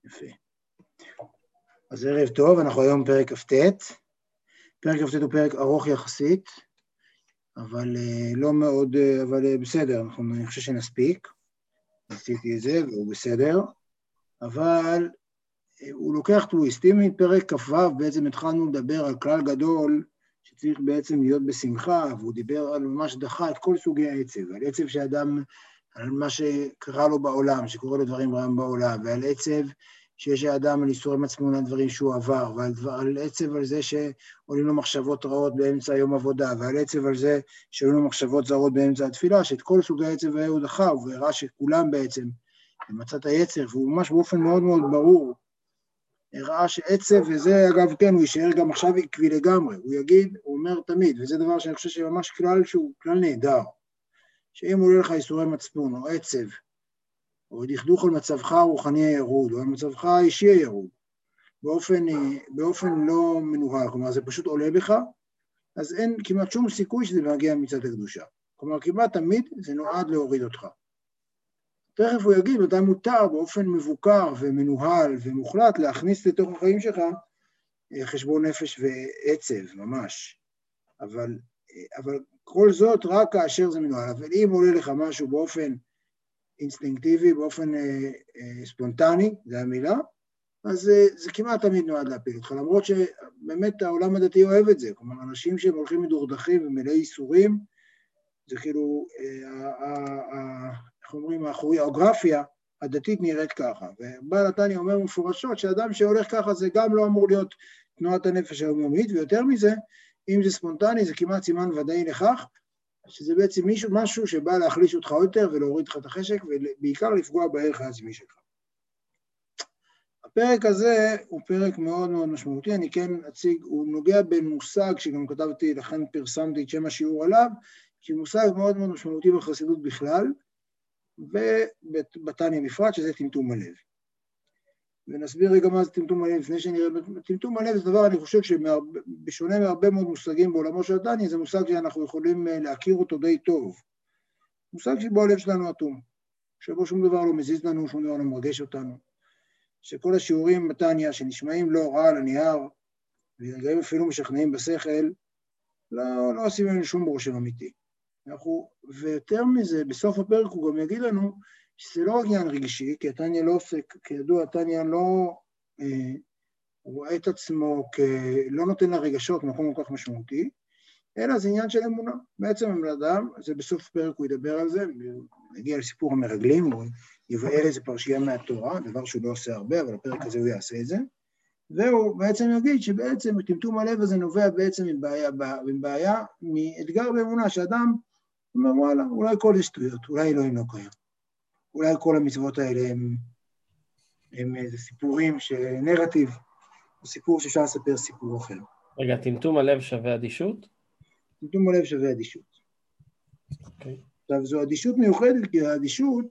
יפה. אז ערב טוב, אנחנו היום פרק כ"ט. פרק כ"ט הוא פרק ארוך יחסית, אבל לא מאוד, אבל בסדר, אני חושב שנספיק. עשיתי את זה והוא בסדר, אבל הוא לוקח טוויסטים. מפרק כ"ו בעצם התחלנו לדבר על כלל גדול שצריך בעצם להיות בשמחה, והוא דיבר על ממש דחה את כל סוגי העצב, על עצב שאדם, על מה שקרה לו בעולם, שקורה לו דברים רעים בעולם, ועל עצב שיש האדם על איסורי מצפון על דברים שהוא עבר, ועל עצב על זה שעולים לו מחשבות רעות באמצע יום עבודה, ועל עצב על זה שעולים לו מחשבות זרות באמצע התפילה, שאת כל סוגי העצב היה הוא דחה, והראה שכולם בעצם מצא את היצר, והוא ממש באופן מאוד מאוד ברור, הראה שעצב, וזה אגב כן, הוא יישאר גם עכשיו עקבי לגמרי, הוא יגיד, הוא אומר תמיד, וזה דבר שאני חושב שממש כלל שהוא כלל נהדר, שאם עולה לך איסורי מצפון או עצב, או דכדוך על מצבך הרוחני הירוד, או על מצבך האישי הירוד, באופן לא מנוהל, כלומר זה פשוט עולה בך, אז אין כמעט שום סיכוי שזה מגיע מצד הקדושה. כלומר כמעט תמיד זה נועד להוריד אותך. תכף הוא יגיד, מתי מותר באופן מבוקר ומנוהל ומוחלט להכניס לתוך החיים שלך חשבון נפש ועצב ממש. אבל כל זאת רק כאשר זה מנוהל. אבל אם עולה לך משהו באופן אינסטינקטיבי, באופן ספונטני, זה המילה, אז זה כמעט תמיד נועד להפיל אותך, למרות שבאמת העולם הדתי אוהב את זה, כלומר אנשים שהם הולכים מדורדכים ומלאי איסורים, זה כאילו, איך אומרים, הכוריאוגרפיה הדתית נראית ככה, ובעל התניא אומר מפורשות שאדם שהולך ככה זה גם לא אמור להיות תנועת הנפש היומיומית, ויותר מזה, אם זה ספונטני זה כמעט סימן ודאי לכך, שזה בעצם משהו שבא להחליש אותך יותר ולהוריד לך את החשק, ובעיקר לפגוע בערך העצמי שלך. הפרק הזה הוא פרק מאוד מאוד משמעותי, אני כן אציג, הוא נוגע במושג שגם כתבתי, לכן פרסמתי את שם השיעור עליו, שהוא מושג מאוד מאוד משמעותי בחסידות בכלל, ובתניא בפרט, שזה טמטום הלב. ונסביר רגע מה זה טמטום הלב, לפני שנראה, טמטום הלב זה דבר, אני חושב שבשונה מהרבה מאוד מושגים בעולמו של התניא, זה מושג שאנחנו יכולים להכיר אותו די טוב. מושג שבו הלב שלנו אטום, שבו שום דבר לא מזיז לנו, שום דבר לא מרגש אותנו, שכל השיעורים בתניא שנשמעים לא רע על הנייר, ורגעים אפילו משכנעים בשכל, לא עושים לנו שום רושם אמיתי. ויותר מזה, בסוף הפרק הוא גם יגיד לנו, שזה לא רק עניין רגשי, כי התניא לא עוסק, כידוע, התניא לא רואה את עצמו, לא נותן לרגשות מקום כל כך משמעותי, אלא זה עניין של אמונה. בעצם המלאדם, זה בסוף פרק הוא ידבר על זה, נגיע לסיפור המרגלים, הוא יבאר איזה פרשייה מהתורה, דבר שהוא לא עושה הרבה, אבל הפרק הזה הוא יעשה את זה, והוא בעצם יגיד שבעצם טמטום הלב הזה נובע בעצם מבעיה, מאתגר באמונה, שאדם אומר וואלה, אולי כל זה שטויות, אולי אלוהים לא קיים. אולי כל המצוות האלה הם איזה סיפורים שנרטיב, או סיפור שאפשר לספר סיפור אחר. רגע, טמטום הלב שווה אדישות? טמטום הלב שווה אדישות. אוקיי. עכשיו, זו אדישות מיוחדת, כי האדישות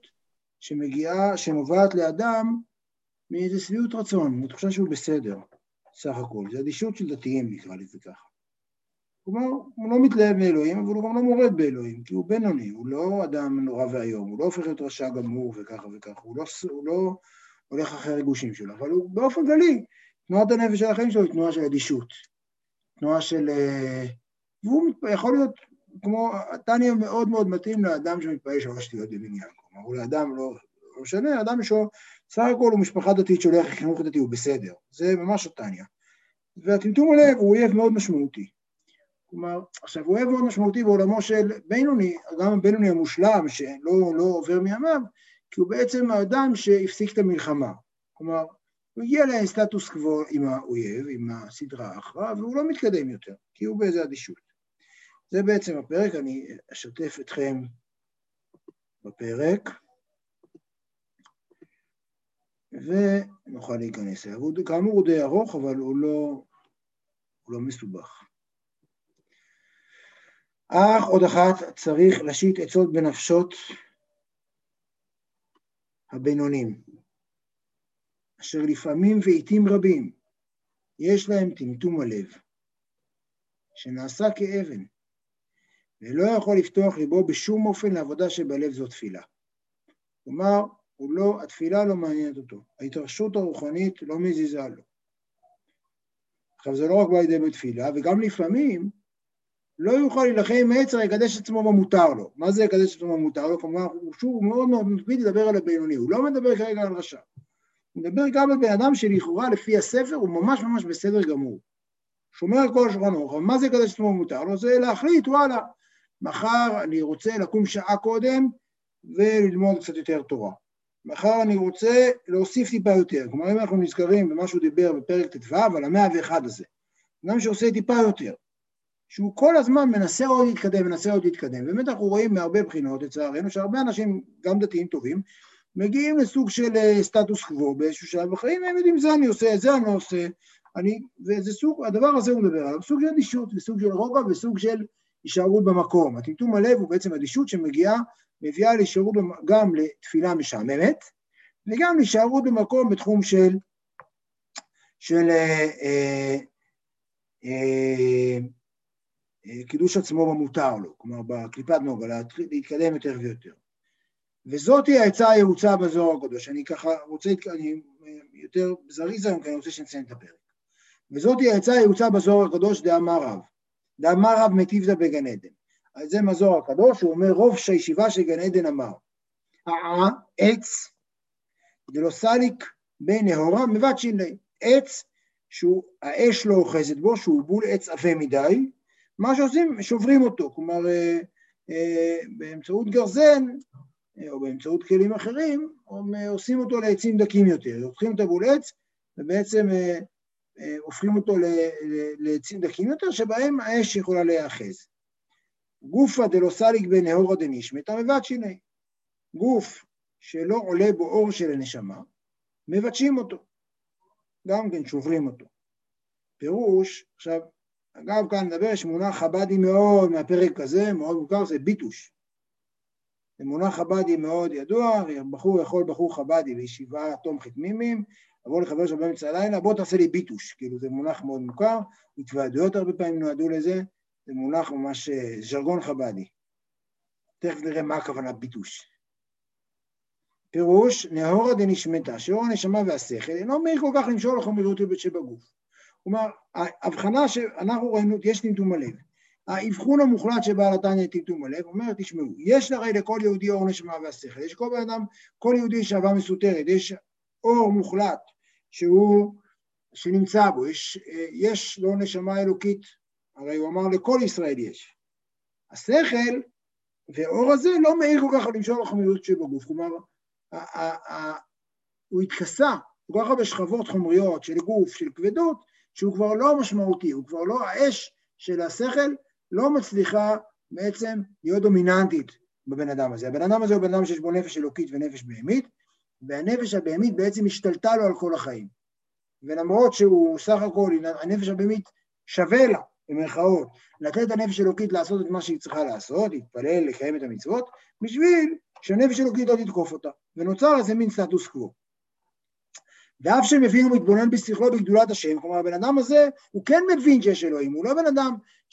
שנובעת לאדם מאיזה שביעות רצון, אני חושב שהוא בסדר, סך הכל. זה אדישות של דתיים, נקרא לזה ככה. כלומר, הוא לא מתלהב מאלוהים, אבל הוא גם לא מורד באלוהים, כי הוא בינוני, הוא לא אדם נורא והיום, הוא לא הופך להיות רשע גמור וככה וככה, הוא לא הולך אחרי הריגושים שלו, אבל הוא באופן כללי, תנועת הנפש של החיים שלו היא תנועה של אדישות, תנועה של... והוא יכול להיות, כמו, התניא מאוד מאוד מתאים לאדם שמתפעל שלוש שטויות בבניין, כלומר, הוא לאדם לא משנה, אדם סך הכל הוא משפחה דתית שהולך לחינוך דתי, הוא בסדר, זה ממש התניא. והטמטום הלב הוא אויב מאוד משמעותי. כלומר, עכשיו הוא אוהב מאוד משמעותי בעולמו של בינוני, גם הבינוני המושלם שלא עובר מימיו, כי הוא בעצם האדם שהפסיק את המלחמה. כלומר, הוא הגיע לסטטוס קוו עם האויב, עם הסדרה האחרה, והוא לא מתקדם יותר, כי הוא באיזה אדישות. זה בעצם הפרק, אני אשתף אתכם בפרק, ונוכל להיכנס אליו. כאמור הוא די ארוך, אבל הוא לא מסובך. אך עוד אחת צריך להשית עצות בנפשות הבינונים, אשר לפעמים ועיתים רבים יש להם טמטום הלב, שנעשה כאבן, ולא יכול לפתוח ליבו בשום אופן לעבודה שבלב זו תפילה. כלומר, התפילה לא מעניינת אותו, ההתרחשות הרוחנית לא מזיזה לו. עכשיו זה לא רק בא לידי בתפילה, וגם לפעמים לא יוכל להילחם עם היצר, יקדש עצמו במותר לו. מה זה יקדש עצמו במותר לו? כלומר, הוא שוב מאוד מאוד מקפיד לדבר על הבינוני, הוא לא מדבר כרגע על רשע. הוא מדבר גם על בן אדם שלכאורה לפי הספר הוא ממש ממש בסדר גמור. שומר על כל השולחן ערוך, אבל מה זה יקדש עצמו במותר לו? זה להחליט, וואלה, מחר אני רוצה לקום שעה קודם וללמוד קצת יותר תורה. מחר אני רוצה להוסיף טיפה יותר. כלומר, אם אנחנו נזכרים במה שהוא דיבר בפרק ט"ו, על ה-101 הזה, אדם שעושה טיפה יותר, שהוא כל הזמן מנסה עוד להתקדם, באמת אנחנו רואים מהרבה בחינות, לצערנו, שהרבה אנשים, גם דתיים טובים, מגיעים לסוג של סטטוס קוו באיזשהו שלב בחיים, הם יודעים, זה אני עושה, זה אני עושה, וזה סוג, הדבר הזה הוא מדבר עליו, סוג של אדישות, וסוג של רוגע, וסוג של הישארות במקום. הטמטום הלב הוא בעצם אדישות מביאה להישארות גם לתפילה משעממת, וגם להישארות במקום בתחום של קידוש עצמו במותר לו, כלומר בקליפת נוגה, להתקדם יותר ויותר. וזאת היא העצה היעוצה בזוהר הקדוש. אני ככה רוצה, אני יותר זריז היום, כי אני רוצה שנסיים את הפרק. וזאת היא העצה היעוצה בזוהר הקדוש דאמר רב מטיבתא בגן עדן. אז זה מהזוהר הקדוש, הוא אומר רוב שהישיבה של גן עדן אמר, עץ, דלא סליק בין נהורה מבטשין לי, עץ שהאש לא אוחזת בו, שהוא בול עץ עבה מדי, מה שעושים, שוברים אותו, כלומר באמצעות גרזן, או באמצעות כלים אחרים, עושים אותו לעצים דקים יותר, לוקחים את הבול עץ, ובעצם הופכים אותו לעצים דקים יותר, שבהם האש יכולה להיאחז. גופה דלא סליק בין נהורה דנשמת, מבטשין לי. גוף שלא עולה בו אור של הנשמה, מבטשים אותו, גם כן שוברים אותו. פירוש, עכשיו, אגב כאן נדבר, יש מונח חבדי מאוד מהפרק הזה, מאוד מוכר, זה ביטוש. זה מונח חבדי מאוד ידוע, בחור חבדי בישיבה תומכת מימים, לבוא לחבר של באמצע הלילה, בוא תעשה לי ביטוש, כאילו זה מונח מאוד מוכר, התוועדויות הרבה פעמים נועדו לזה, זה מונח ממש ז'רגון חבדי. תכף נראה מה הכוונה ביטוש. פירוש, נהורה דנשמתה, שאור הנשמה והשכל, אינו מהיר כל כך למשול לחומריות שבגוף. כלומר, ההבחנה שאנחנו ראינו, יש טמטום הלב. האבחון המוחלט שבעל התניא טמטום הלב, אומר, תשמעו, יש הרי לכל יהודי אור נשמה והשכל, יש כל בן אדם, כל יהודי שאהבה מסותרת, יש אור מוחלט שנמצא בו, יש לו נשמה אלוקית, הרי הוא אמר לכל ישראל יש. השכל והאור הזה לא מהיר כל כך למשול לחומריות שבגוף, כלומר, הוא התכסה כל כך הרבה שכבות חומריות של גוף, של כבדות, שהוא כבר לא משמעותי, הוא כבר לא, האש של השכל לא מצליחה בעצם להיות דומיננטית בבן אדם הזה. הבן אדם הזה הוא בן אדם שיש בו נפש אלוקית ונפש בהמית, והנפש הבהמית בעצם השתלטה לו על כל החיים. ולמרות שהוא סך הכל, הנפש הבהמית שווה לה, במרכאות, לתת את הנפש אלוקית לעשות את מה שהיא צריכה לעשות, להתפלל, לקיים את המצוות, בשביל שהנפש אלוקית לא תתקוף אותה. ונוצר איזה מין סטטוס קוו. ואף שמבין ומתבונן בשכלו בגדולת השם, כלומר, הבן אדם הזה, הוא כן מבין שיש אלוהים, הוא לא בן אדם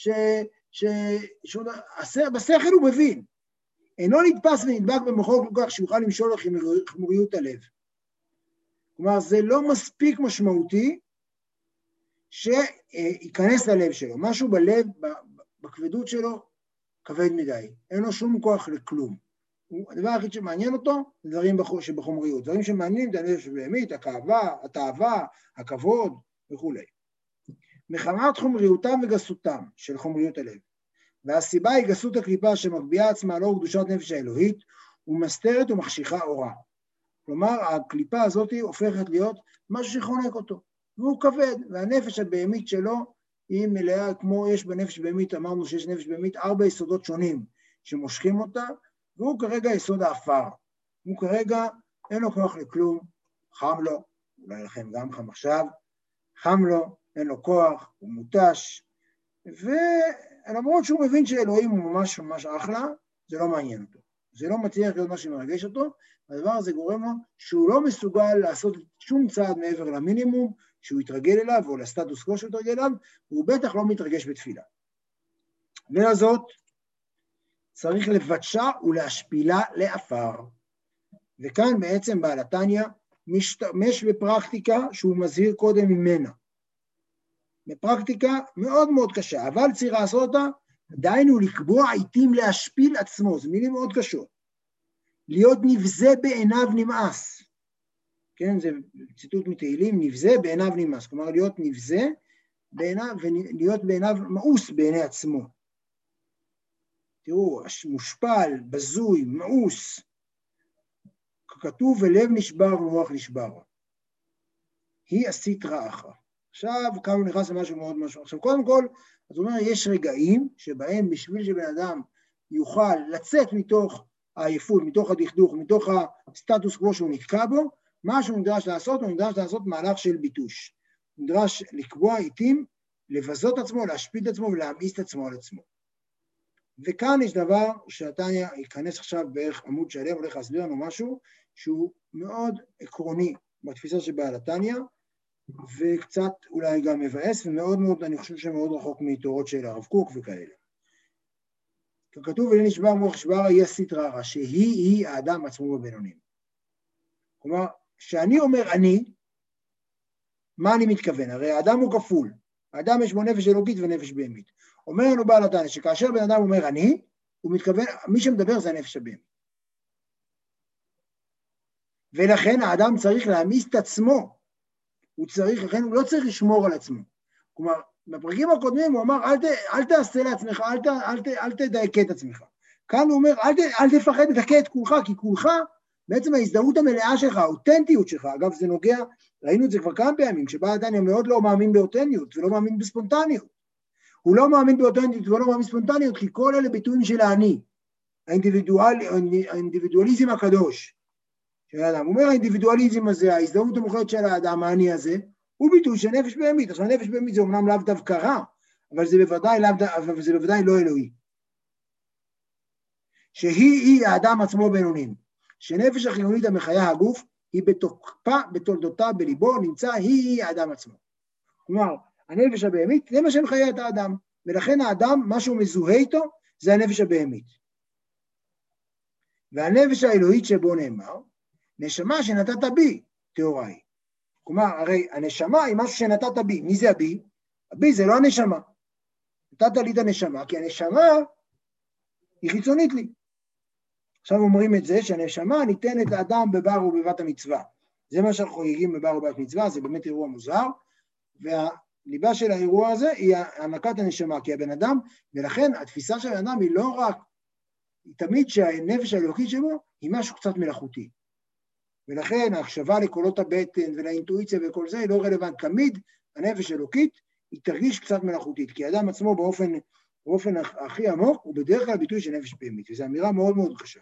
בשכל הוא מבין, אינו נתפס ונדבק במוחו כל כך שיוכל למשול לחומריות הלב. כלומר, זה לא מספיק משמעותי שייכנס ללב שלו, משהו בלב, בכבדות שלו, כבד מדי, אין לו שום כוח לכלום. הדבר הכי שמעניין אותו, זה דברים שבחומריות, דברים שמעניינים את הנפש הבהמית, התאווה, הכבוד וכו'. מחמת חומריותם וגסותם של חומריות הלב, והסיבה היא גסות הקליפה שמגביעה עצמה לא קדושת נפש האלוהית, ומסתרת ומחשיכה אורה. כלומר, הקליפה הזאת הופכת להיות משהו שחונק אותו, והוא כבד, והנפש הבהמית שלו היא מלאה, כמו יש בנפש הבהמית, אמרנו שיש נפש בהמית 4 יסודות שונים שמושכים אותה, והוא כרגע יסוד האפר, הוא כרגע אין לו כוח לכלום, חם לו, אולי לכם גם חם עכשיו, חם לו, אין לו כוח, הוא מותש, ולמרות שהוא מבין שאלוהים הוא ממש ממש אחלה, זה לא מעניין אותו, זה לא מצליח להיות מה שמרגש אותו, והדבר הזה גורם לו שהוא לא מסוגל לעשות שום צעד מעבר למינימום שהוא יתרגל אליו, או לסטטוס קוו שהוא יתרגל אליו, והוא בטח לא מתרגש בתפילה. ולזאת, צריך לבטשה ולהשפילה לאפר. וכאן בעצם בעל התניא משתמש בפרקטיקה שהוא מזהיר קודם ממנה. בפרקטיקה מאוד מאוד קשה, אבל צריך לעשות אותה, דהיינו לקבוע עיתים להשפיל עצמו, זה מילים מאוד קשות. להיות נבזה בעיניו נמאס. כן, זה ציטוט מתהילים, נבזה בעיניו נמאס, כלומר להיות נבזה בעיניו ולהיות בעיניו מאוס בעיני עצמו. תראו, מושפל, בזוי, מאוס, ככתוב ולב נשבר ומוח נשבר. היא עשית רעך. עכשיו, כמה נכנס למשהו מאוד משהו. עכשיו, קודם כל, זאת אומרת, יש רגעים שבהם בשביל שבן אדם יוכל לצאת מתוך העייפות, מתוך הדכדוך, מתוך הסטטוס קוו שהוא נתקע בו, מה שהוא נדרש לעשות, הוא נדרש לעשות מהלך של ביטוש. הוא נדרש לקבוע עיתים, לבזות עצמו, להשפיל את עצמו ולהמאיס את עצמו על עצמו. וכאן יש דבר שהתניא ייכנס עכשיו בערך עמוד שלם, הולך להסביר לנו משהו שהוא מאוד עקרוני בתפיסה שבעל התניא, וקצת אולי גם מבאס, ומאוד מאוד, אני חושב שמאוד רחוק מתורות של הרב קוק וכאלה. ככתוב ולב נשבר ומוח נשבר, היא עשית רעך, שהיא האדם עצמו בבינונים. כלומר, כשאני אומר אני, מה אני מתכוון? הרי האדם הוא כפול. האדם יש בו נפש אלוקית ונפש בהמית. אומר לנו בעל התניא שכאשר בן אדם אומר אני, הוא מתכוון, מי שמדבר זה הנפש הבהמית. ולכן האדם צריך להעמיס את עצמו. לכן הוא לא צריך לשמור על עצמו. כלומר, בפרקים הקודמים הוא אמר, אל תעשה לעצמך, אל תדייק את עצמך. כאן הוא אומר, אל תפחד לדכא את כולך, כי כולך, בעצם ההזדהות המלאה שלך, האותנטיות שלך, אגב זה נוגע, ראינו את זה כבר כמה פעמים, שבעל התניא מאוד לא מאמין באותנטיות, ולא מאמין בספונטניות. הוא לא מאמין באותנטיות ולא מאמין בספונטניות, כי כל אלה ביטויים של האני, האינדיבידואליזם הקדוש. של האדם. הוא אומר, האינדיבידואליזם הזה, ההזדהות המוחלטת של האדם, האני הזה, הוא ביטוי של נפש בהמית. עכשיו, נפש בהמית זה אומנם לאו דווקא רע, אבל זה בוודאי לא אלוהי. שהיא האדם עצמו בינונים. שנפש החיונית המחיה הגוף, היא בתוקפה, בתולדותה, בליבו, נמצא, היא האדם עצמו. כלומר, הנפש הבהמית, זה מה שמחיה את האדם. ולכן האדם, מה שהוא מזוהה איתו, זה הנפש הבהמית. והנפש האלוהית שבו נאמר, נשמה שנתת בי, תאורה היא. כלומר, הרי הנשמה היא משהו שנתת בי. מי זה הבי? הבי זה לא הנשמה. נתת לי את הנשמה, כי הנשמה היא חיצונית לי. עכשיו אומרים את זה, שהנשמה ניתנת לאדם בבר ובבת המצווה. זה מה שאנחנו חוגגים בבר ובבת מצווה, זה באמת אירוע מוזר, והליבה של האירוע הזה היא הענקת הנשמה, כי הבן אדם, ולכן התפיסה של האדם היא לא רק, היא תמיד שהנפש האלוקית שלו היא משהו קצת מלאכותי. ולכן ההקשבה לקולות הבטן ולאינטואיציה וכל זה היא לא רלוונט. תמיד הנפש האלוקית היא תרגיש קצת מלאכותית, כי האדם עצמו באופן הכי עמוק הוא בדרך כלל ביטוי של נפש בהמית, וזו אמירה מאוד מאוד קשה.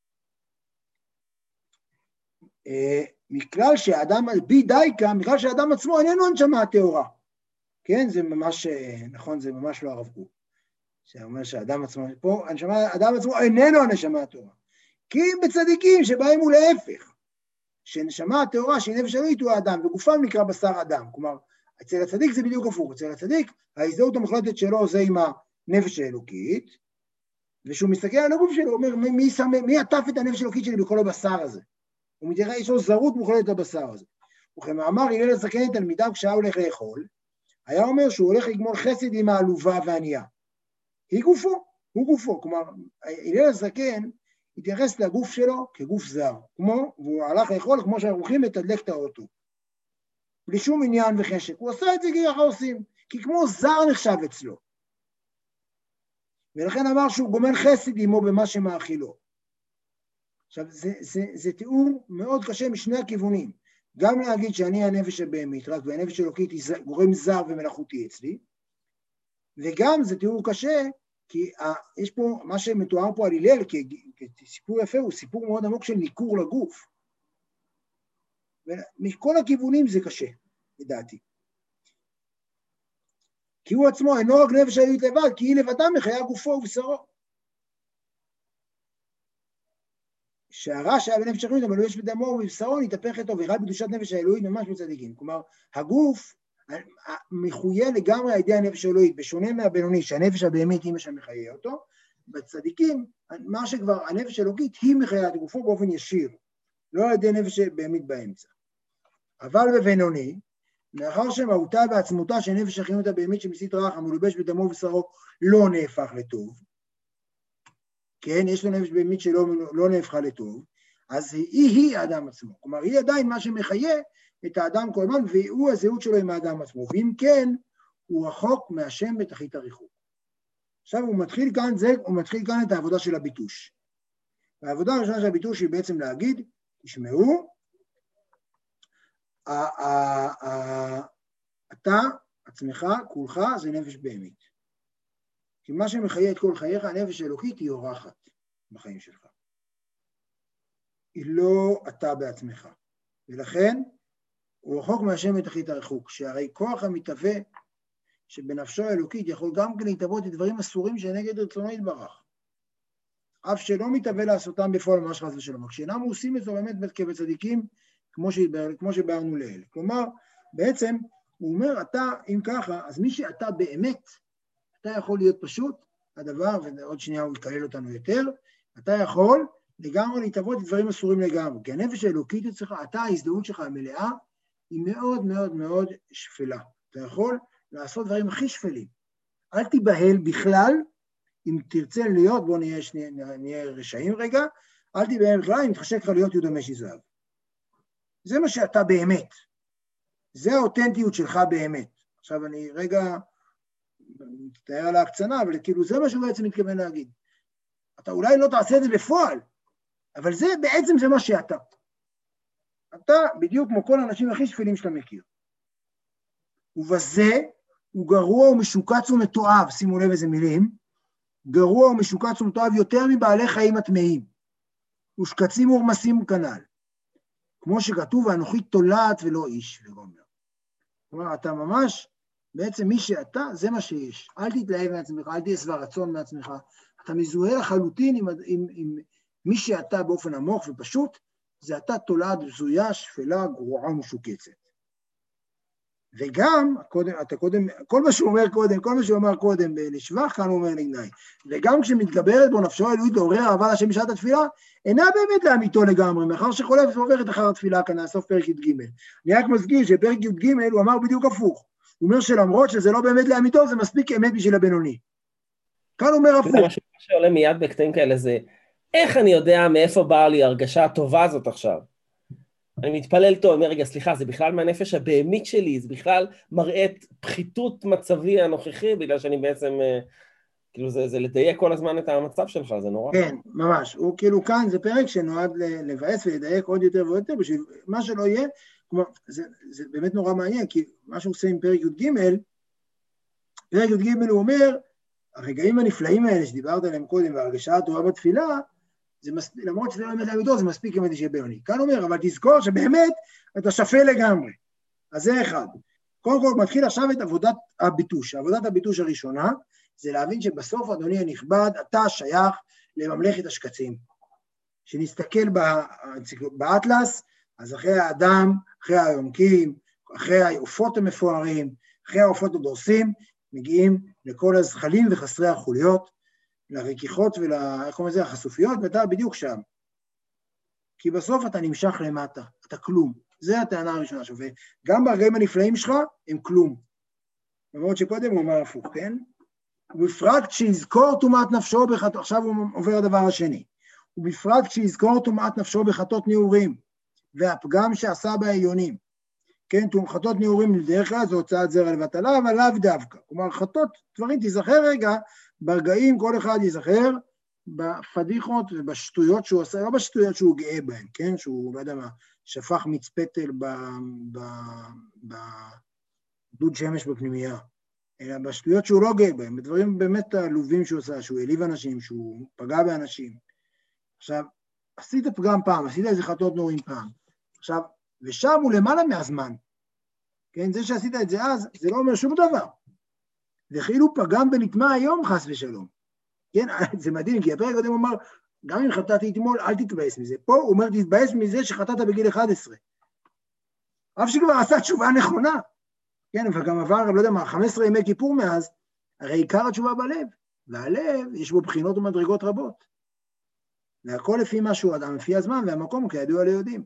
מכלל שהאדם, בי דייקה, מכלל שהאדם עצמו איננו הנשמה הטהורה. כן, זה ממש, נכון, זה ממש לא הרב קוק. שאומר שהאדם עצמו, פה, האדם עצמו איננו הנשמה הטהורה. כי בצדיקים שבהם הוא להפך. שנשמה הטהורה, שהיא נפש אלוהית, הוא האדם, וגופם נקרא בשר אדם. כלומר, אצל הצדיק זה בדיוק הפוך. אצל הצדיק, ההזדהות המוחלטת שלו זה עם הנפש האלוקית, ושהוא מסתכל על הגוף שלו, הוא אומר, מי עטף את הנפש האלוקית שלי בכל הבשר הזה? הוא מתראה, יש לו זרות מוחלטת לבשר הזה. וכמאמר הלל הזקן תלמידיו כשהיה הולך לאכול, היה אומר שהוא הולך לגמול חסד עם העלובה והענייה. היא גופו, הוא גופו. כלומר, הלל הזקן התייחס לגוף שלו כגוף זר, והוא הלך לאכול כמו שהרוחים מתדלק את האוטו. בלי שום עניין וחשק. הוא עושה את זה כי ככה עושים, כי כמו זר נחשב אצלו. ולכן אמר שהוא גומל חסד עמו במה שמאכילו. עכשיו, זה תיאור מאוד קשה משני הכיוונים. גם להגיד שאני הנפש הבהמית, רק והנפש האלוקית היא גורם זר ומלאכותי אצלי, וגם זה תיאור קשה, כי יש פה, מה שמתואר פה על הלל, כסיפור יפה, הוא סיפור מאוד עמוק של ניכור לגוף. ומכל הכיוונים זה קשה, לדעתי. כי הוא עצמו אינו רק נפש האלוהית לבד, כי היא לבדה מחיה גופו ובשרו. שהרע שהיה בנפש האלוהית, אבל הוא יש בדמו ובבשרו, נתהפך איתו וראה בקדושת נפש האלוהית ממש בצדיקים. כלומר, הגוף מחויה לגמרי על ידי הנפש האלוהית, בשונה מהבינוני, שהנפש הבהמית היא מה שמחיה אותו, בצדיקים, מה שכבר הנפש האלוקית היא מחיה את גופו באופן ישיר. לא על ידי נפש בהמית באמצע. אבל בבינוני, מאחר שמהותה ועצמותה של נפש החיות הבהמית שמסית רחם ולובש בדמו ובשרו לא נהפך לטוב, כן, יש לו נפש בהמית שלא נהפכה לטוב, אז היא האדם עצמו. כלומר, היא עדיין מה שמחיה את האדם כל הזמן, והוא הזהות שלו עם האדם עצמו. ואם כן, הוא רחוק מהשם בתחית הריחוק. עכשיו הוא מתחיל כאן את העבודה של הביטוש. והעבודה הראשונה של הביטוש היא בעצם להגיד, תשמעו, אתה, עצמך, כולך, זה נפש בהמית. כי מה שמחיה את כל חייך, הנפש האלוקית היא אורחת בחיים שלך. היא לא אתה בעצמך. ולכן, הוא רחוק מהשם בתחית הריחוק, שהרי כוח המתהווה שבנפשו האלוקית יכול גם כן להתהוות את דברים אסורים שנגד רצונו יתברך. אף שלא מתהווה לעשותם בפועל ממש חס ושלום. כשאינם עושים את זה באמת כבצדיקים, כמו שבארנו לאל. כלומר, בעצם, הוא אומר, אתה, אם ככה, אז מי שאתה באמת, אתה יכול להיות פשוט, הדבר, ועוד שנייה הוא יקלל אותנו יותר, אתה יכול לגמרי להתהוות את דברים אסורים לגמרי. כי הנפש האלוקית אצלך, אתה, ההזדהות שלך המלאה, היא מאוד מאוד מאוד שפלה. אתה יכול לעשות דברים הכי שפלים. אל תיבהל בכלל, אם תרצה להיות, בואו נהיה רשעים רגע, אל תיבהל בכלל, אם תחשק לך להיות יהודה משי זהב. זה מה שאתה באמת. זה האותנטיות שלך באמת. עכשיו אני רגע מתאר על ההקצנה, אבל כאילו זה מה שהוא בעצם מתכוון להגיד. אתה אולי לא תעשה את זה בפועל, אבל זה בעצם זה מה שאתה. אתה בדיוק כמו כל האנשים הכי שפלים שאתה מכיר. ובזה הוא גרוע ומשוקץ ומתועב, שימו לב איזה מילים, גרוע ומשוקץ ומתועב יותר מבעלי חיים הטמאים, ושקצים ורמסים כנ"ל. כמו שכתוב, ואנוכי תולעת ולא איש וגומר. כלומר, אתה ממש, בעצם מי שאתה, זה מה שיש. אל תתלהב מעצמך, אל תהיה שבע רצון מעצמך. אתה מזוהה לחלוטין עם מי שאתה באופן עמוק ופשוט, זה אתה תולעת בזויה, שפלה, גרועה ומשוקצת. וגם, כל מה שהוא אומר קודם לשבח, כאן הוא אומר לגנאי. וגם כשמתגברת בו נפשו האלוהית לעורר אהבה להשם בשעת התפילה, אינה באמת לאמיתו לגמרי, מאחר שחולפת ועוברת אחר התפילה, כאן נאסוף פרק י"ג. אני רק מזכיר שפרק י"ג הוא אמר בדיוק הפוך. הוא אומר שלמרות שזה לא באמת לאמיתו, זה מספיק אמת בשביל הבינוני. כאן הוא אומר הפוך. מה שעולה מיד בקטעים כאלה זה, איך אני יודע מאיפה באה לי הרגשה הטובה הזאת עכשיו? אני מתפלל טוב, אומר, רגע, סליחה, זה בכלל מהנפש הבהמית שלי, זה בכלל מראה את פחיתות מצבי הנוכחי, בגלל שאני בעצם, כאילו, זה לדייק כל הזמן את המצב שלך, זה נורא. כן, ממש. הוא כאילו כאן, זה פרק שנועד לבאס ולדייק עוד יותר ויותר, בשביל מה שלא יהיה, כלומר, זה באמת נורא מעניין, כי מה שהוא עושה עם פרק י"ג, פרק י"ג הוא אומר, הרגעים הנפלאים האלה שדיברת עליהם קודם, וההרגשה הטובה בתפילה, למרות שזה לא באמת לאמיתו, זה מספיק אמת שיהיה בינוני. כאן אומר, אבל תזכור שבאמת אתה שפל לגמרי. אז זה אחד. קודם כל, מתחיל עכשיו את עבודת הביטוש. עבודת הביטוש הראשונה, זה להבין שבסוף, אדוני הנכבד, אתה שייך לממלכת השקצים. שנסתכל באטלס, אז אחרי האדם, אחרי היונקים, אחרי העופות המפוארים, אחרי העופות הדורסים, מגיעים לכל הזחלים וחסרי החוליות, לרקיחות החשופיות, ואתה בדיוק שם. כי בסוף אתה נמשך למטה, אתה כלום. זה הטענה הראשונה שלו, וגם ברגעים הנפלאים שלך הם כלום. למרות שקודם הוא אמר הפוך, כן? ובפרט כשיזכור תומעת נפשו בחטות, עכשיו הוא עובר הדבר השני, ובפרט כשיזכור תומעת נפשו בחטות נעורים, והפגם שעשה בעליונים, כן, חטות נעורים לדרך כלל, זו הוצאת זרע לבטלה, אבל לאו דווקא. כלומר, חטות, דברים, תיזכר רגע, ברגעים כל אחד ייזכר בפדיחות ובשטויות שהוא עושה, לא בשטויות שהוא גאה בהן, כן? שהוא, לא יודע מה, שפך מצפתל בדוד שמש בפנימייה, אלא בשטויות שהוא לא גאה בהן, בדברים באמת העלובים שהוא עושה, שהוא העליב אנשים, שהוא פגע באנשים. עכשיו, עשית פגם פעם, עשית איזה חטאות נוראים פעם. עכשיו, ושם הוא למעלה מהזמן. כן? זה שעשית את זה אז, זה לא אומר שום דבר. וכאילו פגם ונטמע היום חס ושלום. כן, זה מדהים, כי הפרק קודם אומר, גם אם חטאתי אתמול, אל תתבאס מזה. פה הוא אומר, תתבאס מזה שחטאת בגיל 11. אף שכבר עשה תשובה נכונה. כן, וגם עבר, לא יודע מה, 15 ימי כיפור מאז, הרי עיקר התשובה בלב. והלב, יש בו בחינות ומדרגות רבות. והכל לפי מה שהוא אדם, לפי הזמן והמקום כידוע ליודעים.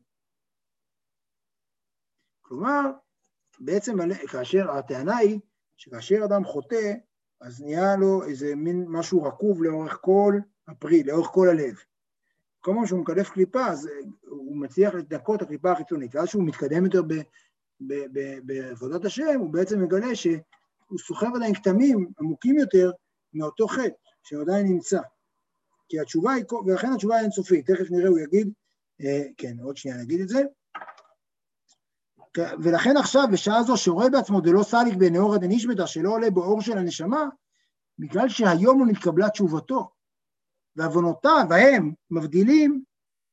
כלומר, בעצם כאשר הטענה היא שכאשר אדם חוטא, אז נהיה לו איזה מין משהו רקוב לאורך כל הפרי, לאורך כל הלב. כל פעם שהוא מקלף קליפה, אז הוא מצליח לדקות את הקליפה החיצונית, ואז שהוא מתקדם יותר בעבודת השם, הוא בעצם מגלה שהוא סוחב עדיין כתמים עמוקים יותר מאותו חטא, שעדיין נמצא. כי התשובה היא, ולכן התשובה היא אינסופית, תכף נראה, הוא יגיד, כן, עוד שנייה נגיד את זה, ולכן עכשיו, בשעה זו שרואה בעצמו דלא סליק בנאורא דנשמתא, שלא עולה באור של הנשמה, בגלל שהיום הוא נתקבלה תשובתו, ועוונותיו, והם מבדילים,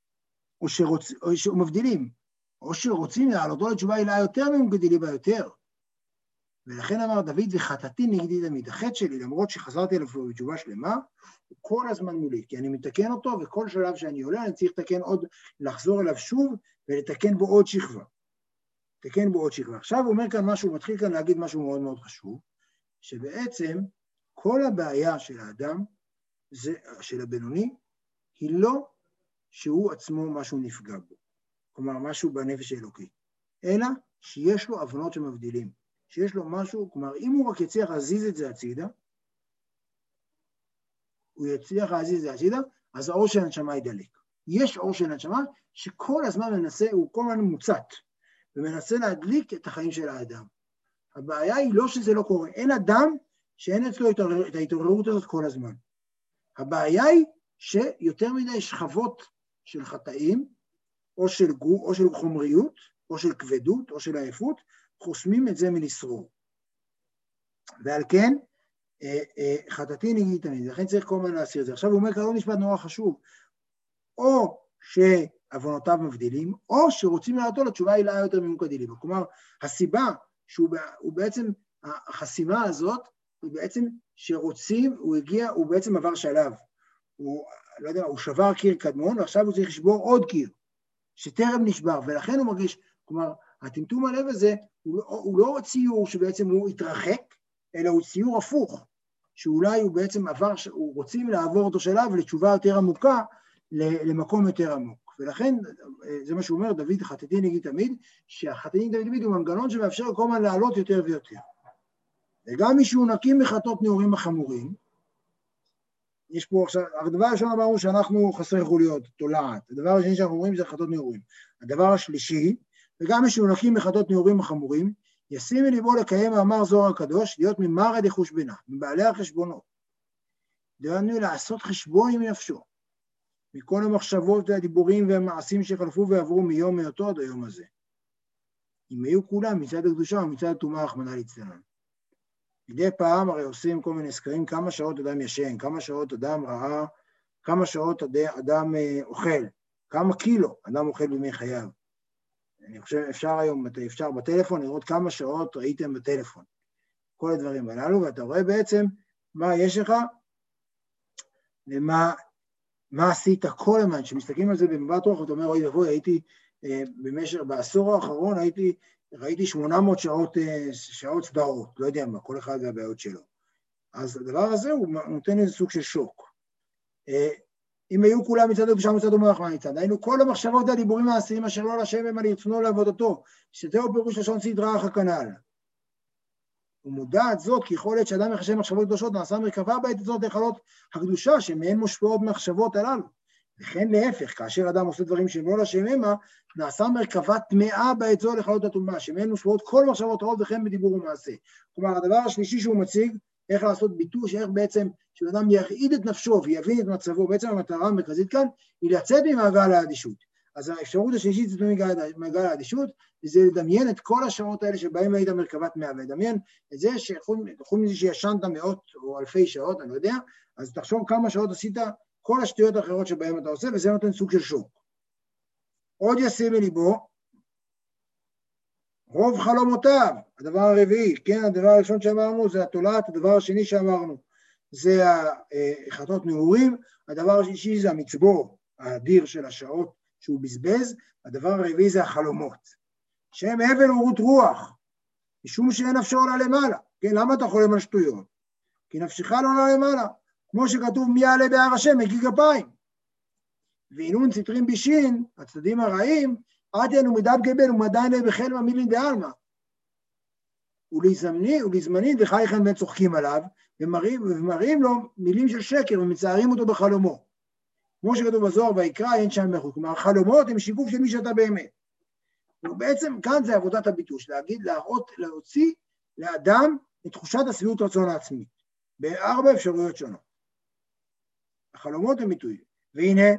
או שרוצים להעלותו לתשובה עילה יותר ממגדילי בה יותר. ולכן אמר דוד, וחטאתי נגדי תמיד. החטא שלי, למרות שחזרתי אליו בתשובה שלמה, הוא כל הזמן מולי, כי אני מתקן אותו, וכל שלב שאני עולה, אני צריך לתקן עוד, לחזור אליו שוב, ולתקן בו עוד שכבה. תקן בו עוד שכבה. עכשיו הוא אומר כאן משהו, הוא מתחיל כאן להגיד משהו מאוד מאוד חשוב, שבעצם כל הבעיה של האדם, של הבינוני, היא לא שהוא עצמו משהו נפגע בו, כלומר משהו בנפש האלוקי, אלא שיש לו עוונות שמבדילים, שיש לו משהו, כלומר אם הוא רק יצליח להזיז את זה הצידה, אז האור של הנשמה ידלק. יש אור של הנשמה שכל הזמן מנסה, הוא כל הזמן מוצת, ומנסה להדליק את החיים של האדם. הבעיה היא לא שזה לא קורה, אין אדם שאין אצלו את ההתעוררות הזאת כל הזמן. הבעיה היא שיותר מדי שכבות של חטאים, או של חומריות, או של כבדות, או של עייפות, חוסמים את זה מלשרור. ועל כן, חטאתי נגדי תמיד, לכן צריך כל הזמן להסיר את זה. עכשיו הוא אומר, לא משפט נורא חשוב, או שעוונותיו מבדילים, או שרוצים להעלותו לתשובה עילה יותר ממוקדילים. כלומר, הסיבה שהוא בעצם, החסימה הזאת, הוא בעצם שרוצים, הוא בעצם עבר שלב. לא יודע, הוא שבר קיר קדמון, ועכשיו הוא צריך לשבור עוד קיר, שטרם נשבר, ולכן הוא מרגיש, כלומר, הטמטום הלב הזה, הוא לא ציור שבעצם הוא התרחק, אלא הוא ציור הפוך, שאולי הוא בעצם עבר, הוא רוצים לעבור אותו שלב לתשובה יותר עמוקה, למקום יותר עמוק. ולכן, זה מה שהוא אומר, דוד חטאתי נגדי תמיד, שהחטאתי נגדי תמיד הוא מנגנון שמאפשר כל הזמן לעלות יותר ויותר. וגם מי שהוא נקי מחטאות נעורים החמורים, יש פה עכשיו, הדבר הראשון אמרנו שאנחנו חסרי חוליות, תולעת. הדבר השני שאנחנו אומרים זה חטאות נעורים. הדבר השלישי, וגם מי שהוא נקי מחטאות נעורים החמורים, ישים מליבו לקיים מאמר זוהר הקדוש, להיות ממרד לחושבנה, מבעלי החשבונות. דהיינו לעשות חשבון עם נפשו, מכל המחשבות והדיבורים והמעשים שחלפו ועברו מיום מאותו עד היום הזה. אם היו כולם מצד הקדושה ומצד הטומאה רחמנא ליצלן. מדי פעם הרי עושים כל מיני סקרים, כמה שעות אדם ישן, כמה שעות אדם ראה, כמה שעות אדם אוכל, כמה קילו אדם אוכל בימי חייו. אני חושב אפשר בטלפון לראות כמה שעות ראיתם בטלפון. כל הדברים הללו, ואתה רואה בעצם מה יש לך, ומה עשית כל הזמן. כשמסתכלים על זה במבט רוח, אתה אומר, אוי ובוי, הייתי בעשור האחרון, ראיתי 800 שעות סדרות, לא יודע מה, כל אחד והבעיות שלו. אז הדבר הזה הוא נותן איזה סוג של שוק. אם היו כולם מצד הקדושה ומצד הטומאה רחמנא ליצלן, היינו כל המחשבות והדיבורים העשיים אשר לא לשם הם על רצונו לעבודתו, שזהו פירוש לשון סדרה אך הכנ"ל. ומודעת זאת, כי יכול להיות שאדם יחשב מחשבות קדושות, נעשה מרכבה בעת הזאת להיכלות הקדושה, שמהן מושפעות מהמחשבות הללו. וכן להפך, כאשר אדם עושה דברים שהם לא לשם המה, נעשה מרכבה טמאה בעת זו להיכלות הטומאה, שמהן מושפעות כל מחשבות רעות וכן בדיבור ומעשה. כלומר, הדבר השלישי שהוא מציג, איך לעשות ביטוי, איך בעצם שאדם ירעיד את נפשו ויבין את מצבו, בעצם המטרה המרכזית כאן היא לצאת ממעגל האדישות. אז האפשרות השלישית זה ממעגל האדישות, וזה לדמיין את כל השעות האלה שבהם היית מרכבת טמאה, ולדמיין את זה שחוץ מזה שישנת מאות או אלפי שעות, אני לא יודע, אז תחשוב כמה שעות עשית כל השטויות האחרות שבהם אתה עושה, וזה נותן סוג של שוק. עוד ישים מליבו, רוב חלומותיו, הדבר הרביעי, כן, הדבר הראשון שאמרנו זה התולעת, הדבר השני שאמרנו זה החטאות נעורים, הדבר השלישי זה המצבור האדיר של השעות שהוא בזבז, הדבר הרביעי זה החלומות, שהם הבל ורות רוח, משום שאין נפשו עולה למעלה, כן, למה אתה חולם על שטויות? כי נפשך לא עולה למעלה, כמו שכתוב מי יעלה בהר השם, מגיל כפיים, ואינון ציטרים בישין, הצדדים הרעים, עתיין ומדב גבל ומדיין בחל ממילין דעלמא. ולזמנין וחייכם בין צוחקים עליו, ומראים לו מילים של שקר ומצערים אותו בחלומו. כמו שכתוב בזוהר ויקרא, אין שם מחוק. כלומר, חלומות הם שיקוף של מי שאתה באמת. ובעצם כאן זה עבודת הביטוש, להוציא לאדם את תחושת השביעות רצון העצמית, בארבע אפשרויות שונות. החלומות הם ביטוי. והנה,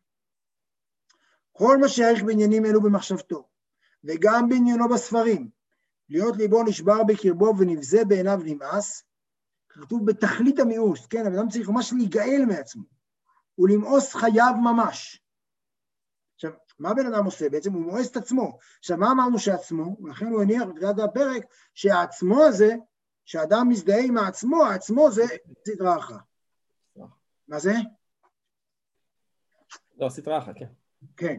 כל מה שערך בעניינים אלו במחשבתו, וגם בעניינו בספרים, להיות ליבו נשבר בקרבו ונבזה בעיניו נמאס, כתוב בתכלית המיאוס, כן, האדם צריך ממש להיגאל מעצמו, ולמאוס חייו ממש. עכשיו, מה בן אדם עושה? בעצם הוא מואס את עצמו. עכשיו, מה אמרנו שעצמו? ולכן הוא הניח בתחילת הפרק, שהעצמו הזה, שהאדם מזדהה עם העצמו, העצמו זה סטרא אחרא. מה זה? לא, סטרא אחרא, כן. כן.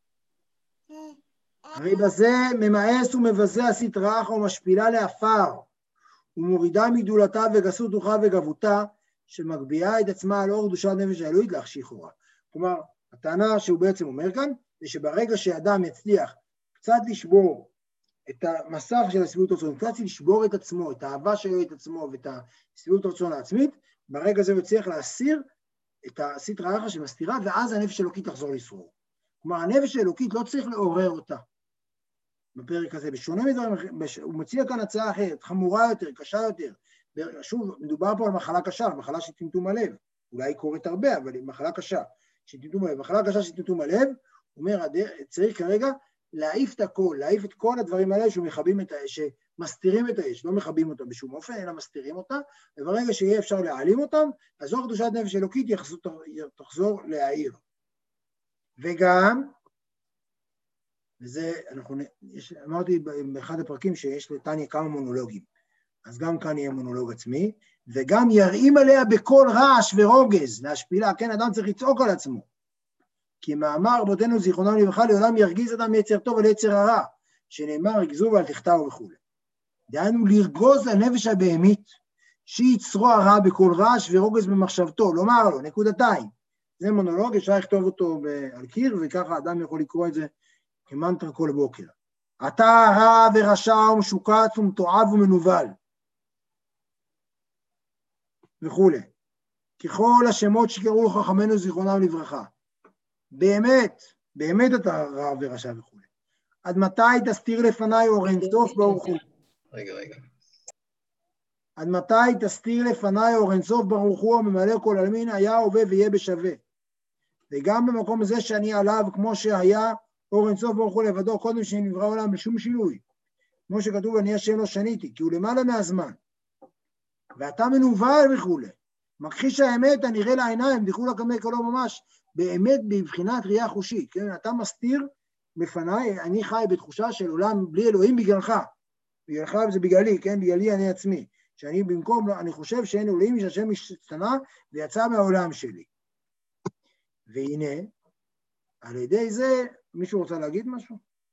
הרי בזה ממאס ומבזה הסטרא אחרא ומשפילה לעפר, ומורידה מגדולתה וגסות רוחה וגבותה, שמגביהה את עצמה על אור קדושת נפש האלוהית להחשיך אורה. כלומר, הטענה שהוא בעצם אומר כאן, זה שברגע שאדם יצליח קצת לשבור את המסך של השביעות רצון, קצת לשבור את עצמו, את האהבה שלו את עצמו ואת השביעות רצון העצמית, ברגע זה הוא יצליח להסיר את הסטרא אחרא שמסתירה, ואז הנפש האלוקית תחזור לשרור. כלומר, הנפש האלוקית לא צריך לעורר אותה. בפרק הזה, בשונה מדברים, הוא מציע כאן הצעה אחרת, חמורה יותר, קשה יותר. שוב, מדובר פה על מחלה קשה, מחלה של טמטום הלב. אולי היא קורית הרבה, אבל היא מחלה קשה של טמטום הלב. מחלה קשה של טמטום הלב, הוא אומר, צריך כרגע להעיף את הכל, להעיף את כל הדברים האלה שמחבים את האש, שמסתירים את האש, לא מחבים אותה בשום אופן, אלא מסתירים אותה, וברגע שיהיה אפשר להעלים אותם, אז אור קדושת נפש אלוקית תחזור להעיר. וגם, וזה, אמרתי באחד הפרקים שיש לתניא כמה מונולוגים, אז גם כאן יהיה מונולוג עצמי, וגם יראים עליה בכל רעש ורוגז, להשפילה, כן, אדם צריך לצעוק על עצמו, כי מאמר רבותינו זיכרונם לברכה, לעולם ירגיז אדם מיצר טוב על יצר הרע, שנאמר רגזו ואל תחטאו וכו'. דהיינו לרגוז לנפש הבהמית, שיצרו הרע בכל רעש ורוגז במחשבתו, לומר לו, נקודתיים. זה מונולוג, אפשר לכתוב אותו על קיר, וככה האדם יכול לקרוא את זה כמנטרה כל בוקר. אתה רע ורשע ומשוקץ ומתועב ומנוול. וכו'. ככל השמות שקראו חכמינו זיכרונם לברכה. באמת, באמת אתה רע ורשע וכו'. עד מתי תסתיר לפניי אור אין סוף ברוך הוא? רגע. עד מתי תסתיר לפניי אור אין סוף ברוך הוא, הממלא כל עלמין, היה הווה ויהיה בשווה. וגם במקום הזה שאני עליו, כמו שהיה אור אין סוף ברוך הוא לבדו, קודם שנברא עולם בשום שינוי. כמו שכתוב, אני השם לא שניתי, כי הוא למעלה מהזמן. ואתה מנוול וכו'. מכחיש האמת הנראה לעיניים, דיחו לקמי קולו ממש, באמת בבחינת ראייה חושית. כן? אתה מסתיר בפניי, אני חי בתחושה של עולם בלי אלוהים בגללך. בגללך זה בגללי, כן? בגללי אני עצמי. שאני במקום, אני חושב שאין אלוהים, שהשם השתנה ויצא מהעולם שלי. והנה, על ידי זה, מישהו רוצה להגיד משהו?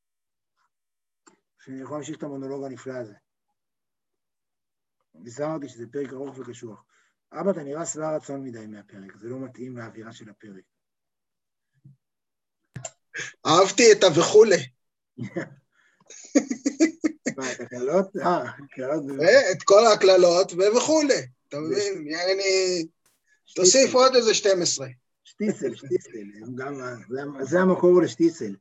שאני יכול להמשיך את המונולוג הנפלא הזה. נזהרתי שזה פרק ארוך וקשוח. אבא, אתה נראה שבע רצון מדי מהפרק, זה לא מתאים לאווירה של הפרק. אהבתי את וכולי. מה, את הכללות? את כל הכללות וכולי. אתה מבין? יעני, תוסיף עוד איזה 12. שטיסל, זה המקור לשטיסל.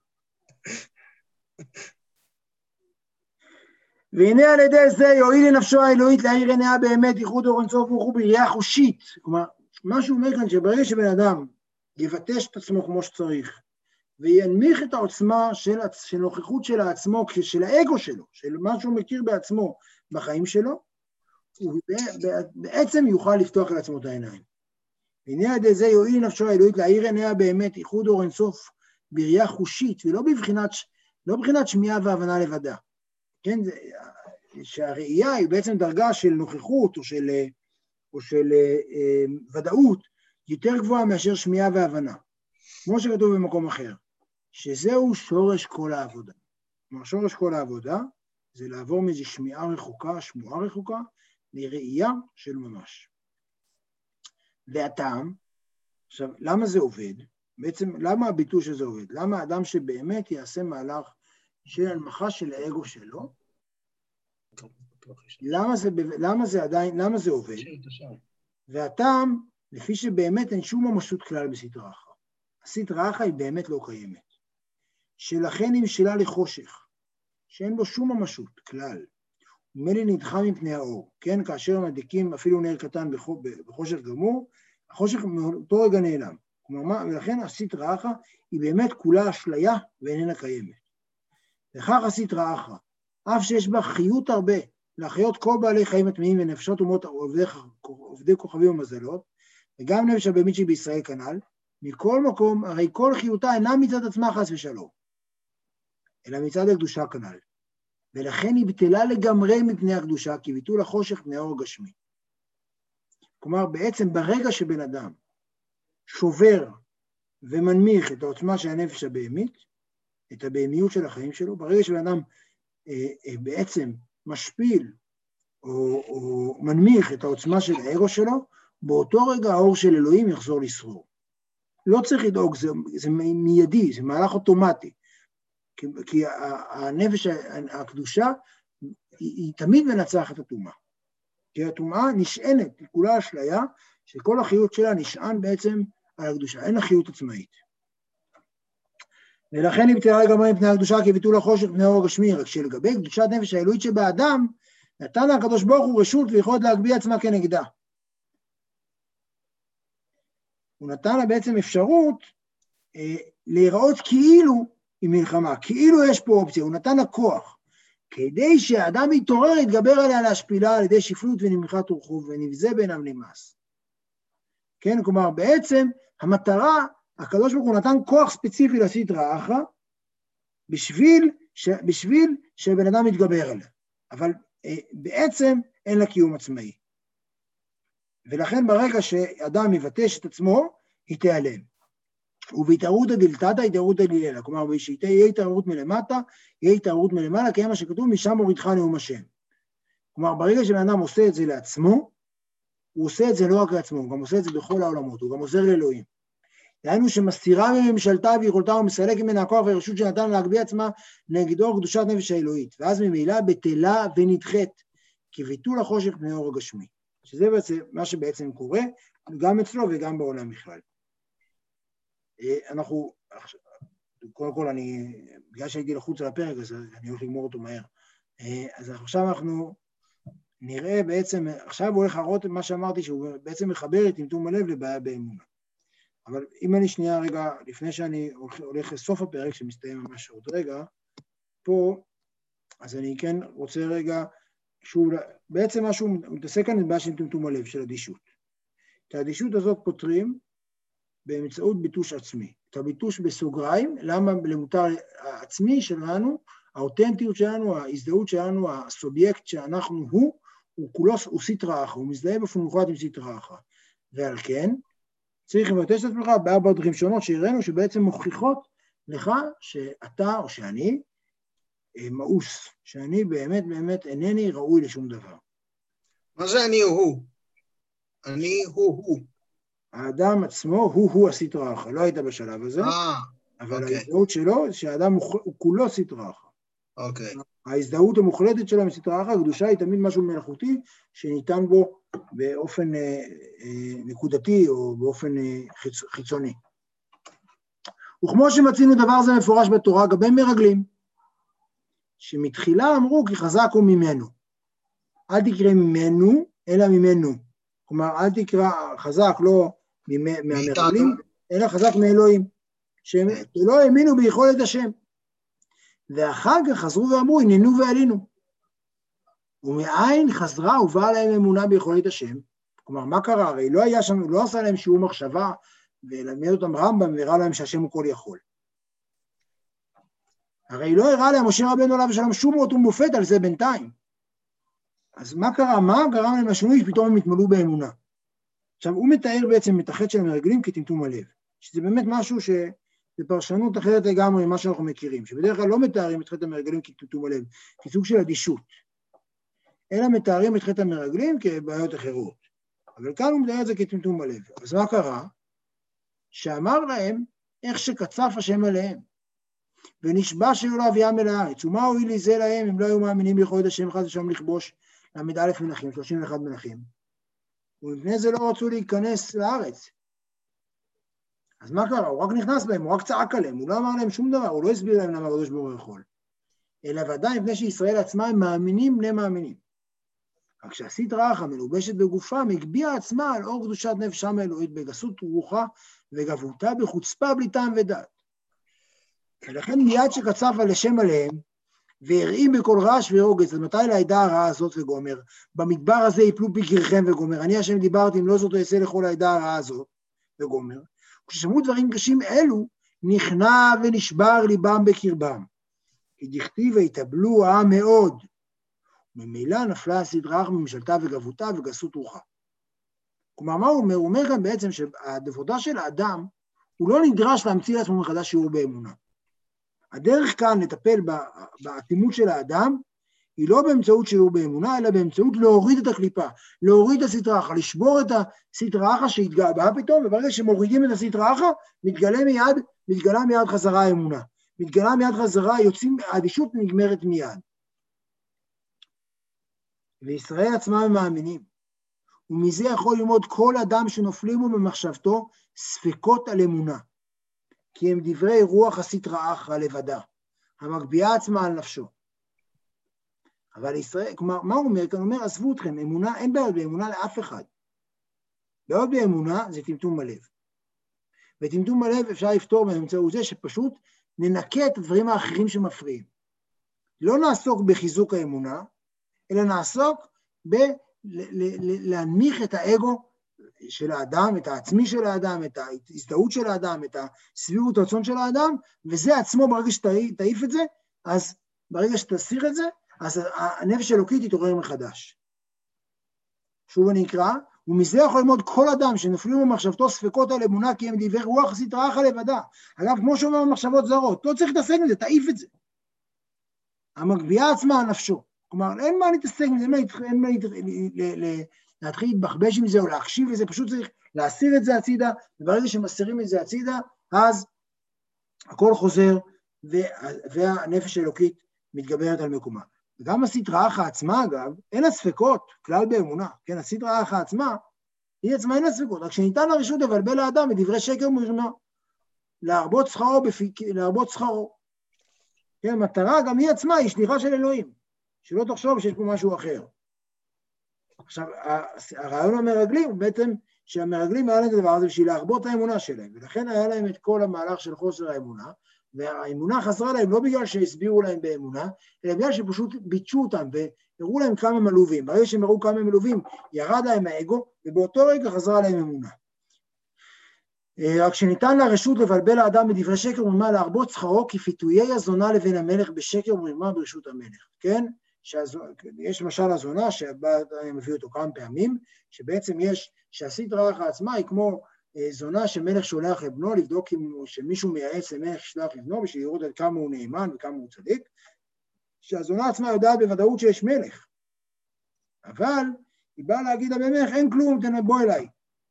והנה על ידי זה יועיל לנפשו האלוהית להאיר עיניה באמת ייחוד אור אין סוף ברוך הוא בראייה חושית. כלומר, מה שהוא אומר כאן, שברגע שבן אדם יבטש את עצמו כמו שצריך, וינמיך את העוצמה של נוכחות של העצמו, של האגו שלו, של מה שהוא מכיר בעצמו בחיים שלו, הוא בעצם יוכל לפתוח על עצמו את העיניים. והנה על ידי זה יועיל לנפשו האלוהית להאיר עיניה באמת ייחוד אור אין סוף בראייה חושית, ולא בבחינת שמיעה והבנה לבדה. כן, שהראייה היא בעצם דרגה של נוכחות או של ודאות יותר גבוהה מאשר שמיעה והבנה. כמו שכתוב במקום אחר, שזהו שורש כל העבודה. כלומר, שורש כל העבודה זה לעבור מאיזו שמיעה רחוקה, שמועה רחוקה, לראייה של ממש. והטעם, עכשיו, למה זה עובד? בעצם למה הביטוש הזה עובד? למה אדם שבאמת יעשה מהלך של הנמכה של האגו שלו, למה זה עובד? והטעם, לפי שבאמת אין שום ממשות כלל בסטרא אחרא. הסטרא אחרא היא באמת לא קיימת. שלכן היא משלה לחושך, שאין בו שום ממשות כלל. ומילא נדחה מפני האור, כן? כאשר מדליקים אפילו נר קטן בחושך גמור, החושך מאותו רגע נעלם. כלומר, ולכן הסטרא אחרא היא באמת כולה אשליה ואיננה קיימת. וכך הסטרא אחרא, אף שיש בה חיות הרבה, להחיות כל בעלי חיים הטמאים ונפשות אומות עובדי כוכבים ומזלות, וגם נפש הבהמית שבישראל כנ"ל, מכל מקום, הרי כל חיותה אינה מצד עצמה חס ושלום, אלא מצד הקדושה כנ"ל. ולכן היא בטלה לגמרי מפני הקדושה, כי ביטול החושך פני האור הגשמי. כלומר, בעצם ברגע שבן אדם שובר ומנמיך את העוצמה של הנפש הבהמית, את הבהמיות של החיים שלו, ברגע שבן אדם בעצם משפיל או מנמיך את העוצמה של האגו שלו, באותו רגע האור של אלוהים יחזור לשרור. לא צריך לדאוג, זה מיידי, זה מהלך אוטומטי. כי הנפש הקדושה היא תמיד מנצחת את הטומאה. כי הטומאה נשענת, היא כולה אשליה, שכל החיות שלה נשען בעצם על הקדושה, אין לה חיות עצמאית. ולכן היא בטלה לגמרי מפני הקדושה כביטול החושך פני האור הגשמי, רק שלגבי קדושת נפש האלוהית שבאדם, נתן לה הקדוש ברוך הוא רשות ויכולת להגביה עצמה כנגדה. הוא נתן לה בעצם אפשרות להיראות כאילו עם מלחמה, כאילו יש פה אופציה, הוא נתן לה כוח, כדי שהאדם יתעורר, יתגבר עליה להשפילה על ידי שפלות ונמיכת רוחו, ונבזה בינם נמאס. כן, כלומר, בעצם המטרה, הקדוש ברוך הוא נתן כוח ספציפי לסטרא אחרא, בשביל שבן אדם יתגבר עליה, אבל בעצם אין לה קיום עצמאי. ולכן ברגע שאדם יבטש את עצמו, היא תיעלם. ובהתערותא דלתתא התערותא דלילה, כלומר, שיהיה התעררות מלמטה, יהיה התעררות מלמעלה, כי מה שכתוב, משם הורידך נאום השם. כלומר, ברגע שבן אדם עושה את זה לעצמו, הוא עושה את זה לא רק לעצמו, הוא גם עושה את זה בכל העולמות, הוא גם עוזר לאלוהים. דהיינו שמסתירה מממשלתה ויכולתה ומסלק ממנה הכוח והרשות שנתן להגביה עצמה נגדו קדושת נפש האלוהית, ואז ממילא בטלה ונדחית, כביטול החושך פני האור הגשמי. שזה בעצם, מה שבעצם קורה, גם אצלו וגם בעולם בכלל. אנחנו, קודם כל, בגלל שהייתי לחוץ על הפרק, אז אני הולך לגמור אותו מהר. אז עכשיו אנחנו נראה בעצם, עכשיו הוא הולך להראות מה שאמרתי, שהוא בעצם מחבר את טמטום הלב לבעיה באמונה. אבל אם אני שנייה רגע, לפני שאני הולך לסוף הפרק, שמסתיים ממש עוד רגע, פה, אז אני כן רוצה רגע, שהוא בעצם משהו, הוא מתעסק כאן בבעיה של טמטום הלב, של אדישות. את האדישות הזאת פותרים באמצעות ביטוש עצמי. את הביטוש בסוגריים, למה למותר העצמי שלנו, האותנטיות שלנו, ההזדהות שלנו, הסובייקט שאנחנו הוא כולו, הוא סטרא אחרא, הוא מזדהה באופן מוחלט עם סטרא אחרא. ועל כן, צריך לבטש את עצמך בארבע דרכים שונות שהראינו שבעצם מוכיחות לך שאתה או שאני מאוס, שאני באמת באמת אינני ראוי לשום דבר. מה זה אני הוא? אני הוא. האדם עצמו הוא הסטרא אחרא, לא היית בשלב הזה, אבל ההזדהות שלו שהאדם הוא כולו סטרא אחרא. אוקיי. ההזדהות המוחלטת שלו מסטרא אחרא, הקדושה היא תמיד משהו מלאכותי שניתן בו באופן נקודתי או באופן חיצוני. וכמו שמצינו דבר זה מפורש בתורה, גבי מרגלים, שמתחילה אמרו כי חזק הוא ממנו. אל תקרא ממנו, אלא ממנו. כלומר, אל תקרא חזק לא מהמרגלים, אלא חזק מאלוהים. שלא האמינו ביכולת השם. ואחר כך חזרו ואמרו, הננו ועלינו. ומאין חזרה ובאה להם אמונה ביכולת השם. כלומר, מה קרה? הרי לא היה שם, לא עשה להם שיעור מחשבה, ולמד אותם רמב"ם, והראה להם שהשם הוא כל יכול. הרי לא הראה להם משה רבנו עליו ושלום שום אות ומופת על זה בינתיים. אז מה קרה? מה גרם להם השינוי שפתאום הם התמלאו באמונה? עכשיו, הוא מתאר בעצם את החטא של המרגלים כטמטום הלב, שזה באמת משהו זה פרשנות אחרת לגמרי ממה שאנחנו מכירים, שבדרך כלל לא מתארים את חטא המרגלים כטמטום הלב, כסוג של אדישות, אלא מתארים את חטא המרגלים כבעיות אחרות. אבל כאן הוא מתאר את זה כטמטום הלב. אז מה קרה? שאמר להם איך שקצף השם עליהם, ונשבע שלא להביאם אל הארץ, ומה הועיל לי זה להם, אם לא היו מאמינים ביכולת השם חס ושלום לכבוש, ל"א מלכים, 31 מלכים, ומפני זה לא רצו להיכנס לארץ. אז מה קרה? הוא רק נכנס בהם, הוא רק צעק עליהם, הוא לא אמר להם שום דבר, הוא לא הסביר להם למה הקדוש ברוך הוא יכול. אלא ודאי מפני שישראל עצמה הם מאמינים בני מאמינים. רק כשהסטרא אחרא מלובשת בגופם, הגביעה עצמה על אור קדושת נפשם האלוהית בגסות רוחה וגבהותה בחוצפה בלי טעם ודעת. ולכן מיד שקצף על השם עליהם, והרעים בכל רעש ורוגץ, אז מתי לעדה הרעה הזאת וגומר? במדבר הזה יפלו פיקריכם וגומר. אני השם דיברתי, אם לא זאת אעשה לכל העדה הרעה הזאת וגומר. כששמעו דברים קשים אלו, נכנע ונשבר ליבם בקרבם. כי דכתיב ויתאבלו העם מאוד. ממילא נפלה הסטרא אחרא ממשלתה וגבהותה וגסות רוחה. כלומר, מה הוא אומר? הוא אומר כאן בעצם שהעבודה של האדם, הוא לא נדרש להמציא לעצמו מחדש שיעור באמונה. הדרך כאן לטפל באטימות של האדם, היא לא באמצעות שיעור באמונה, אלא באמצעות להוריד את הקליפה, להוריד את הסטרא אחרא, לשבור את הסטרא אחרא שהתגבהה פתאום, וברגע שמורידים את הסטרא אחרא, מתגלה מיד חזרה האמונה. מתגלה מיד חזרה, האדישות נגמרת מיד. וישראל עצמם הם מאמינים, ומזה יכול ללמוד כל אדם שנופלים בו במחשבתו ספקות על אמונה, כי הם דברי רוח הסטרא אחרא לבדה, המגביהה עצמה על נפשו. אבל ישראל, כלומר, מה הוא אומר כאן? הוא אומר, עזבו אתכם, אמונה, אין בעיות באמונה לאף אחד. בעיות באמונה זה טמטום הלב. וטמטום הלב אפשר לפתור באמצעות זה שפשוט ננקה את הדברים האחרים שמפריעים. לא נעסוק בחיזוק האמונה, אלא נעסוק להנמיך את האגו של האדם, את העצמי של האדם, את ההזדהות של האדם, את הסבירות רצון של האדם, וזה עצמו ברגע שתעיף את זה, אז ברגע שתסיר את זה, אז הנפש האלוקית תתעורר מחדש. שוב אני אקרא, ומזה יכול ללמוד כל אדם שנופלים במחשבתו ספקות על אמונה, כי הם דברי רוח הסטרא אחרא לבדה. אגב, כמו שאומר במחשבות זרות, לא צריך להתעסק עם זה, תעיף את זה. המגביהה עצמה על נפשו. כלומר, אין מה להתעסק עם זה, אין מה להתחיל להתבחבש עם זה או להקשיב לזה, פשוט צריך להסיר את זה הצידה, וברגע שמסירים את זה הצידה, אז הכל חוזר, והנפש האלוקית מתגברת על מקומה. וגם הסטרא אחרא עצמה, אגב, אין לה ספקות, כלל באמונה, כן, הסטרא אחרא עצמה, היא עצמה אין לה ספקות, רק שניתן לרשות לבלבל לאדם בדברי שקר ומרמה, להרבות שכרו. כן, המטרה גם היא עצמה, היא שליחה של אלוהים, שלא תחשוב שיש פה משהו אחר. עכשיו, הרעיון המרגלים הוא בעצם שהמרגלים היה להם את הדבר הזה בשביל להרבות האמונה שלהם, ולכן היה להם את כל המהלך של חוסר האמונה, והאמונה חזרה להם לא בגלל שהסבירו להם באמונה, אלא בגלל שפשוט ביטשו אותם והראו להם כמה הם עלובים. ברגע שהם הראו כמה הם עלובים, ירד להם האגו, ובאותו רגע חזרה להם אמונה. רק שניתן לרשות לבלבל האדם בדברי שקר ומרמה להרבות שכרו, כי פיתויי הזונה לבין המלך בשקר ומרמה ברשות המלך. כן? יש למשל הזונה, שאני מביא אותו כמה פעמים, שבעצם יש, שהסטרא אחרא עצמה היא כמו זונה שמלך שולח לבנו, לבדוק שמישהו מייעץ למלך שלח לבנו, בשביל לראות עד כמה הוא נאמן וכמה הוא צדיק, שהזונה עצמה יודעת בוודאות שיש מלך, אבל היא באה להגיד למלך, אין כלום, בוא אליי.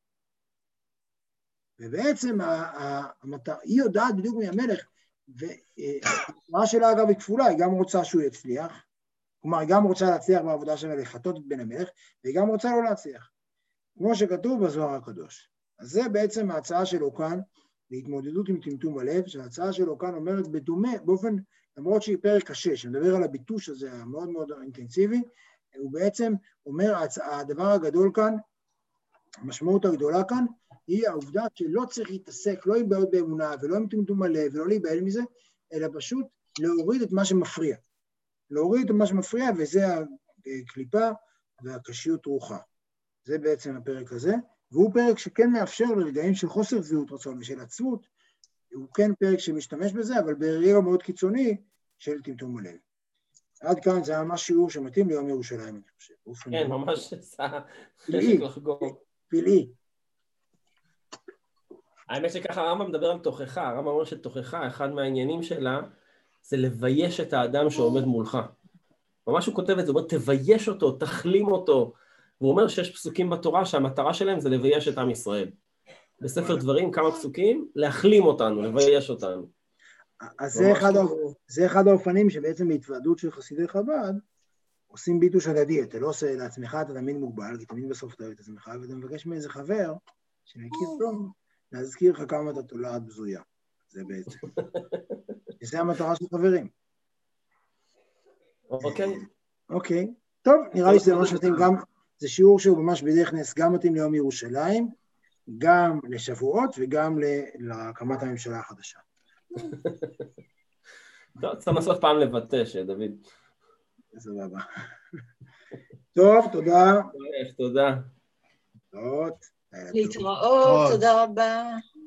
ובעצם היא יודעת בדיוק מהמלך, והמטרה שלה אגב היא כפולה, היא גם רוצה שהוא יצליח, כלומר היא גם רוצה להצליח בעבודה שלה לפתות את בן המלך, והיא גם רוצה לא להצליח, כמו שכתוב בזוהר הקדוש. אז זה בעצם ההצעה שלו כאן, להתמודדות עם טמטום הלב, שההצעה שלו כאן אומרת בדומה, באופן, למרות שהיא פרק קשה, שמדבר על הביטוש הזה המאוד מאוד אינטנסיבי, הוא בעצם אומר, הדבר הגדול כאן, המשמעות הגדולה כאן, היא העובדה שלא צריך להתעסק, לא עם בעיות באמונה, ולא עם טמטום הלב, ולא להיבהל מזה, אלא פשוט להוריד את מה שמפריע. להוריד את מה שמפריע, וזה הקליפה והקשיות רוחה. זה בעצם הפרק הזה. והוא פרק שכן מאפשר לרגעים של חוסר שביעות רצון ושל עצמות, הוא כן פרק שמשתמש בזה, אבל בראייה מאוד קיצוני של טמטום הלב. עד כאן זה ממש שיעור שמתאים ליום ירושלים, אני חושב. כן, ממש פלאי, פלאי. האמת שככה הרמב"ם מדבר על תוכחה, הרמב"ם אומר שתוכחה, אחד מהעניינים שלה, זה לבייש את האדם שעומד מולך. ממש הוא כותב את זה, הוא אומר, תבייש אותו, תחלים אותו, והוא אומר שיש פסוקים בתורה שהמטרה שלהם זה לבייש את עם ישראל. בספר דברים, כמה פסוקים, להחלים אותנו, לבייש אותנו. אז זה אחד האופנים שבעצם בהתוועדות של חסידי חב"ד, עושים ביטוש הדדי, אתה לא עושה לעצמך, אתה תמיד מוגבל, כי תמיד בסוף אתה אוהב את עצמך, ואתה מבקש מאיזה חבר, שמכיר טוב, להזכיר לך כמה אתה תולעת בזויה. זה בעצם. זה המטרה של חברים. אוקיי. אוקיי. טוב, נראה לי שזה ממש מתאים גם, זה שיעור שהוא ממש בדרך נס, גם מתאים ליום ירושלים, גם לשבועות וגם להקמת הממשלה החדשה. טוב, צריך לעשות פעם לבטא, דוד. סבבה. טוב, תודה. תודה. להתראות. להתראות, תודה רבה.